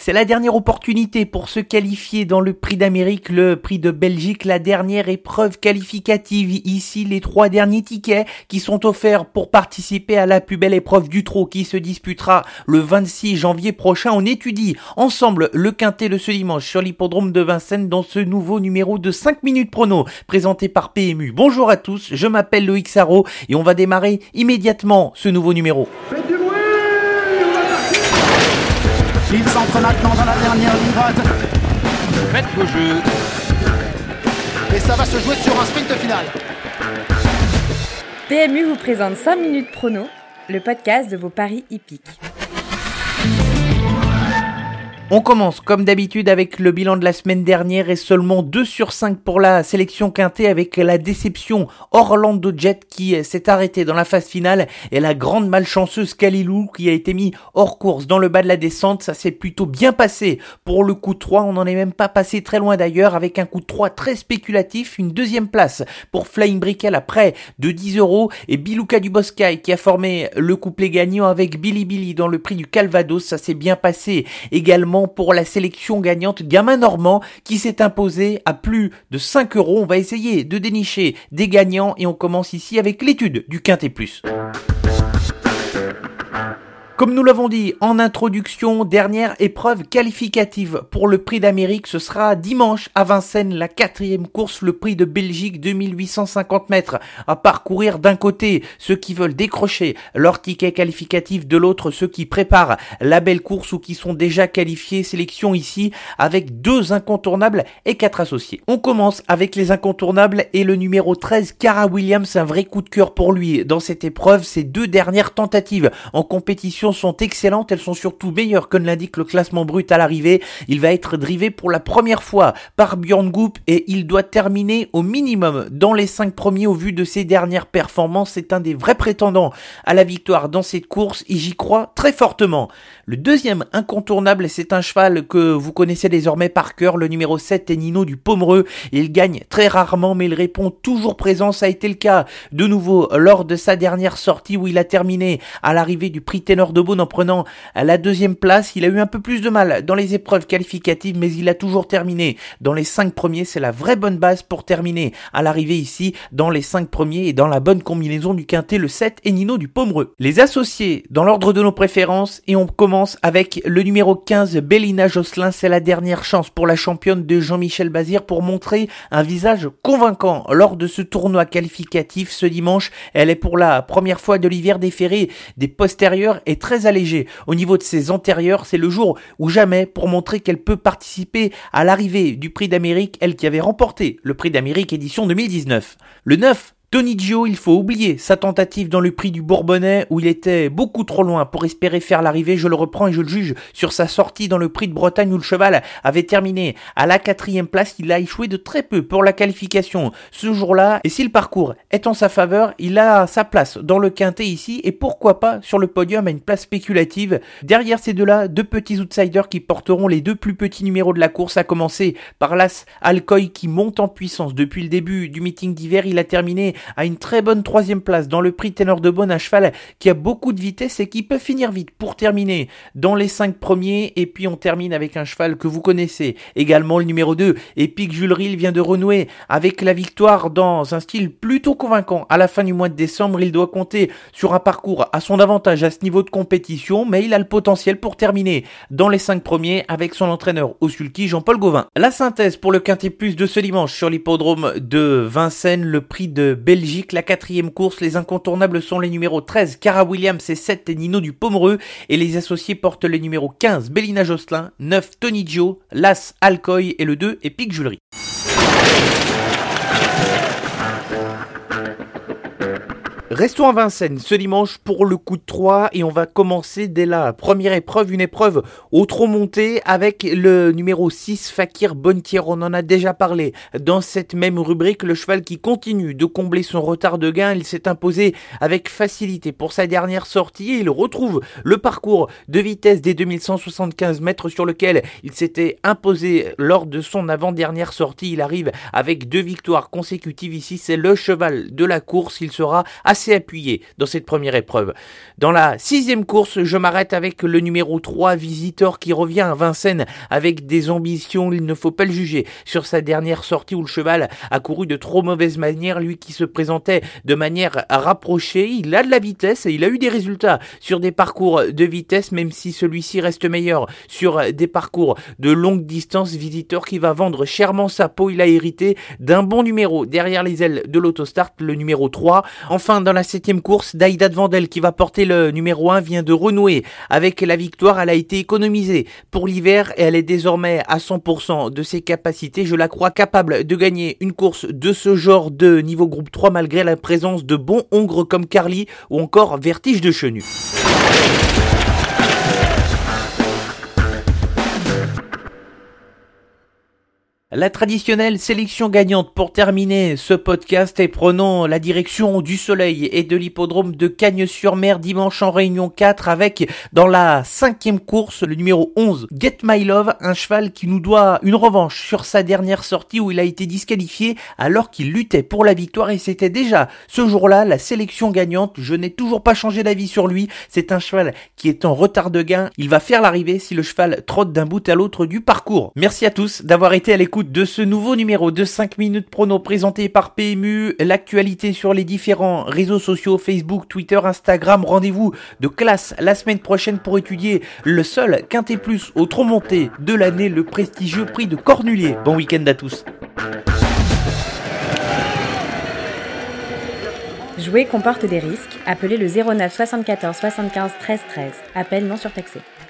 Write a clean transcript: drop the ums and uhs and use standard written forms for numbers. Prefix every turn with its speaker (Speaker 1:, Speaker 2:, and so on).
Speaker 1: C'est la dernière opportunité pour se qualifier dans le Prix d'Amérique, le Prix de Belgique, la dernière épreuve qualificative. Ici, les 3 derniers tickets qui sont offerts pour participer à la plus belle épreuve du trot qui se disputera le 26 janvier prochain. On étudie ensemble le quintet de ce dimanche sur l'hippodrome de Vincennes dans ce nouveau numéro de 5 minutes prono présenté par PMU. Bonjour à tous, je m'appelle Loïc Sarro et on va démarrer immédiatement ce nouveau numéro.
Speaker 2: Faites du bruit, on va partir. Il s'entre maintenant dans la dernière ligne droite.
Speaker 3: Faites vos jeux.
Speaker 2: Et ça va se jouer sur un sprint final.
Speaker 4: PMU vous présente 5 minutes prono, le podcast de vos paris hippiques.
Speaker 1: On commence comme d'habitude avec le bilan de la semaine dernière et seulement 2 sur 5 pour la sélection quintée avec la déception Orlando Jet qui s'est arrêté dans la phase finale et la grande malchanceuse Kalilou qui a été mis hors course dans le bas de la descente. Ça s'est plutôt bien passé pour le coup de 3, on n'en est même pas passé très loin d'ailleurs avec un coup de 3 très spéculatif, une deuxième place pour Flying Brickell à près de 10€ et Biluka du Boscaï qui a formé le couplet gagnant avec Billy Billy dans le prix du Calvados. Ça s'est bien passé également pour la sélection gagnante Gamin Normand qui s'est imposé à plus de 5€. On va essayer de dénicher des gagnants et on commence ici avec l'étude du Quintet Plus. Comme nous l'avons dit en introduction, dernière épreuve qualificative pour le Prix d'Amérique, ce sera dimanche à Vincennes, la 4e course, le Prix de Belgique, 2850 mètres à parcourir d'un côté ceux qui veulent décrocher leur ticket qualificatif, de l'autre ceux qui préparent la belle course ou qui sont déjà qualifiés. Sélection ici avec 2 incontournables et 4 associés. On commence avec les incontournables et le numéro 13, Cara Williams, un vrai coup de cœur pour lui dans cette épreuve. Ses 2 dernières tentatives en compétition sont excellentes, elles sont surtout meilleures que ne l'indique le classement brut à l'arrivée. Il va être drivé pour la première fois par Björn Goop et il doit terminer au minimum dans les 5 premiers au vu de ses dernières performances. C'est un des vrais prétendants à la victoire dans cette course et j'y crois très fortement. Le deuxième incontournable, c'est un cheval que vous connaissez désormais par cœur, le numéro 7 est Nino du Pomereux. Il gagne très rarement mais il répond toujours présent. Ça a été le cas de nouveau lors de sa dernière sortie où il a terminé à l'arrivée du prix Ténor de Beaune en prenant la 2e place. Il a eu un peu plus de mal dans les épreuves qualificatives mais il a toujours terminé dans les 5 premiers. C'est la vraie bonne base pour terminer à l'arrivée ici dans les 5 premiers et dans la bonne combinaison du quintet, le 7 et Nino du Pomereux. Les associés dans l'ordre de nos préférences et on commence avec le numéro 15, Bélina Josselin. C'est la dernière chance pour la championne de Jean-Michel Bazir pour montrer un visage convaincant lors de ce tournoi qualificatif ce dimanche. Elle est pour la première fois de l'hiver déférée des postérieurs et très allégée au niveau de ses antérieurs. C'est le jour ou jamais pour montrer qu'elle peut participer à l'arrivée du Prix d'Amérique, elle qui avait remporté le Prix d'Amérique édition 2019. Le 9, Tony Gio, il faut oublier sa tentative dans le prix du Bourbonnais où il était beaucoup trop loin pour espérer faire l'arrivée. Je le reprends et je le juge sur sa sortie dans le prix de Bretagne où le cheval avait terminé à la 4e place. Il a échoué de très peu pour la qualification ce jour-là et si le parcours est en sa faveur, il a sa place dans le quintet ici et pourquoi pas sur le podium à une place spéculative. Derrière ces deux-là, 2 petits outsiders qui porteront les 2 plus petits numéros de la course, à commencer par l'As Alcoy qui monte en puissance depuis le début du meeting d'hiver. Il a terminé à une très bonne 3e place dans le prix Ténor de Beaune, un cheval qui a beaucoup de vitesse et qui peut finir vite pour terminer dans les 5 premiers. Et puis on termine avec un cheval que vous connaissez également, le numéro 2, Epic Jules Riel, vient de renouer avec la victoire dans un style plutôt convaincant. À la fin du mois de décembre, il doit compter sur un parcours à son avantage à ce niveau de compétition, mais il a le potentiel pour terminer dans les 5 premiers avec son entraîneur au sulky Jean-Paul Gauvin. La synthèse pour le Quintet Plus de ce dimanche sur l'hippodrome de Vincennes, le prix de Belgique, la 4e course. Les incontournables sont les numéros 13, Cara Williams et 7 et Nino du Pomereux et les associés portent les numéros 15, Bélina Josselin, 9, Tony Gio, l'As Alcoy et le 2, Epic Jules Riel. Restons à Vincennes ce dimanche pour le coup de 3 et on va commencer dès la première épreuve, une épreuve au trot monté avec le numéro 6 Fakir Bontier. On en a déjà parlé dans cette même rubrique, le cheval qui continue de combler son retard de gain. Il s'est imposé avec facilité pour sa dernière sortie et il retrouve le parcours de vitesse des 2175 mètres sur lequel il s'était imposé lors de son avant-dernière sortie. Il arrive avec 2 victoires consécutives ici, c'est le cheval de la course, il sera assez assez appuyé dans cette première épreuve. Dans la 6e course, je m'arrête avec le numéro 3, Visitor, qui revient à Vincennes avec des ambitions, il ne faut pas le juger. Sur sa dernière sortie où le cheval a couru de trop mauvaise manière, lui qui se présentait de manière rapprochée, il a de la vitesse et il a eu des résultats sur des parcours de vitesse, même si celui-ci reste meilleur sur des parcours de longue distance. Visitor qui va vendre chèrement sa peau, il a hérité d'un bon numéro derrière les ailes de l'autostart, le numéro 3. Enfin, dans la 7e course, Daïda de Vandel qui va porter le numéro 1 vient de renouer avec la victoire. Elle a été économisée pour l'hiver et elle est désormais à 100% de ses capacités. Je la crois capable de gagner une course de ce genre de niveau groupe 3 malgré la présence de bons hongres comme Carly ou encore Vertige de Chenu. La traditionnelle sélection gagnante pour terminer ce podcast et prenons la direction du Soleil et de l'hippodrome de Cagnes-sur-Mer dimanche en Réunion 4 avec dans la 5e course le numéro 11 Get My Love, un cheval qui nous doit une revanche sur sa dernière sortie où il a été disqualifié alors qu'il luttait pour la victoire et c'était déjà ce jour-là la sélection gagnante. Je n'ai toujours pas changé d'avis sur lui, c'est un cheval qui est en retard de gain, il va faire l'arrivée si le cheval trotte d'un bout à l'autre du parcours. Merci à tous d'avoir été à l'écoute de ce nouveau numéro de 5 minutes prono présenté par PMU, l'actualité sur les différents réseaux sociaux, Facebook, Twitter, Instagram. Rendez-vous de classe la semaine prochaine pour étudier le seul Quintet Plus au trop monté de l'année, le prestigieux prix de Cornulier. Bon week-end à tous.
Speaker 4: Jouer comporte des risques. Appelez le 09 74 75 13 13. Appel non surtaxé.